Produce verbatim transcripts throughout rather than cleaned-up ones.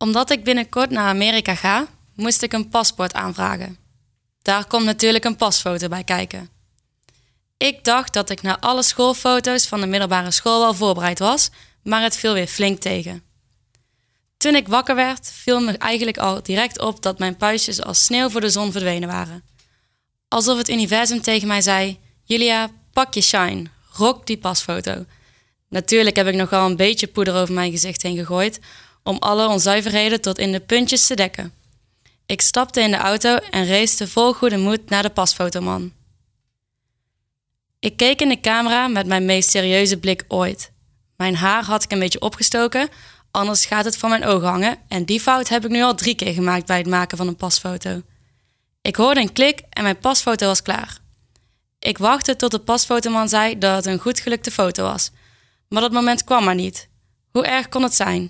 Omdat ik binnenkort naar Amerika ga, moest ik een paspoort aanvragen. Daar komt natuurlijk een pasfoto bij kijken. Ik dacht dat ik na alle schoolfoto's van de middelbare school wel voorbereid was, maar het viel weer flink tegen. Toen ik wakker werd, viel me eigenlijk al direct op dat mijn puistjes als sneeuw voor de zon verdwenen waren. Alsof het universum tegen mij zei: Julia, pak je shine, rock die pasfoto. Natuurlijk heb ik nog wel een beetje poeder over mijn gezicht heen gegooid, om alle onzuiverheden tot in de puntjes te dekken. Ik stapte in de auto en race vol goede moed naar de pasfotoman. Ik keek in de camera met mijn meest serieuze blik ooit. Mijn haar had ik een beetje opgestoken, anders gaat het van mijn ogen hangen en die fout heb ik nu al drie keer gemaakt bij het maken van een pasfoto. Ik hoorde een klik en mijn pasfoto was klaar. Ik wachtte tot de pasfotoman zei dat het een goed gelukte foto was, maar dat moment kwam maar niet. Hoe erg kon het zijn?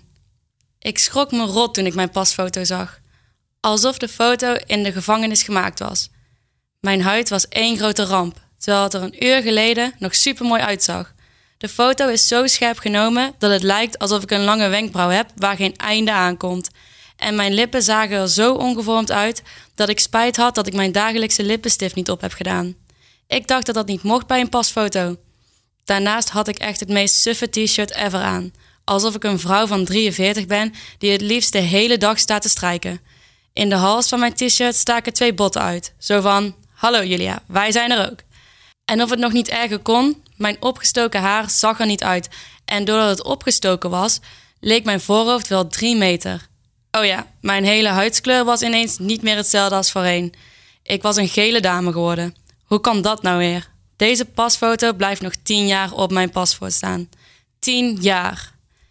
Ik schrok me rot toen ik mijn pasfoto zag. Alsof de foto in de gevangenis gemaakt was. Mijn huid was één grote ramp, terwijl het er een uur geleden nog supermooi uitzag. De foto is zo scherp genomen dat het lijkt alsof ik een lange wenkbrauw heb waar geen einde aan komt. En mijn lippen zagen er zo ongevormd uit dat ik spijt had dat ik mijn dagelijkse lippenstift niet op heb gedaan. Ik dacht dat dat niet mocht bij een pasfoto. Daarnaast had ik echt het meest suffe t-shirt ever aan. Alsof ik een vrouw van drieënveertig ben die het liefst de hele dag staat te strijken. In de hals van mijn t-shirt staken twee botten uit. Zo van: hallo Julia, wij zijn er ook. En of het nog niet erger kon, mijn opgestoken haar zag er niet uit. En doordat het opgestoken was, leek mijn voorhoofd wel drie meter. Oh ja, mijn hele huidskleur was ineens niet meer hetzelfde als voorheen. Ik was een gele dame geworden. Hoe kan dat nou weer? Deze pasfoto blijft nog tien jaar op mijn paspoort staan. Tien jaar.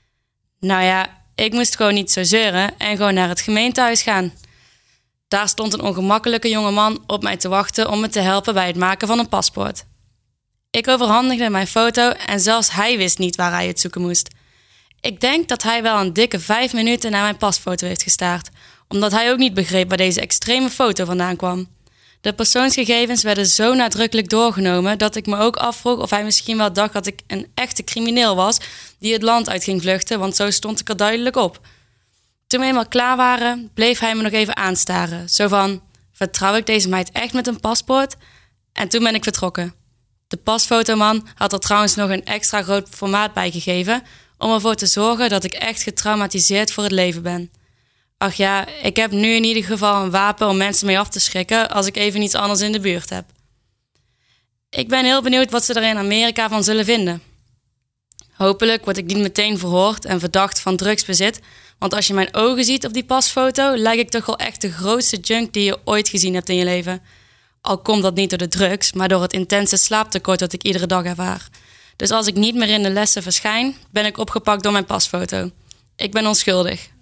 Nou ja, ik moest gewoon niet zo zeuren en gewoon naar het gemeentehuis gaan. Daar stond een ongemakkelijke jongeman op mij te wachten om me te helpen bij het maken van een paspoort. Ik overhandigde mijn foto en zelfs hij wist niet waar hij het zoeken moest. Ik denk dat hij wel een dikke vijf minuten naar mijn pasfoto heeft gestaard, omdat hij ook niet begreep waar deze extreme foto vandaan kwam. De persoonsgegevens werden zo nadrukkelijk doorgenomen dat ik me ook afvroeg of hij misschien wel dacht dat ik een echte crimineel was die het land uit ging vluchten, want zo stond ik er duidelijk op. Toen we eenmaal klaar waren, bleef hij me nog even aanstaren. Zo van: vertrouw ik deze meid echt met een paspoort? En toen ben ik vertrokken. De pasfotoman had er trouwens nog een extra groot formaat bij gegeven om ervoor te zorgen dat ik echt getraumatiseerd voor het leven ben. Ach ja, ik heb nu in ieder geval een wapen om mensen mee af te schrikken als ik even iets anders in de buurt heb. Ik ben heel benieuwd wat ze er in Amerika van zullen vinden. Hopelijk word ik niet meteen verhoord en verdacht van drugsbezit, want als je mijn ogen ziet op die pasfoto, lijk ik toch wel echt de grootste junk die je ooit gezien hebt in je leven. Al komt dat niet door de drugs, maar door het intense slaaptekort dat ik iedere dag ervaar. Dus als ik niet meer in de lessen verschijn, ben ik opgepakt door mijn pasfoto. Ik ben onschuldig.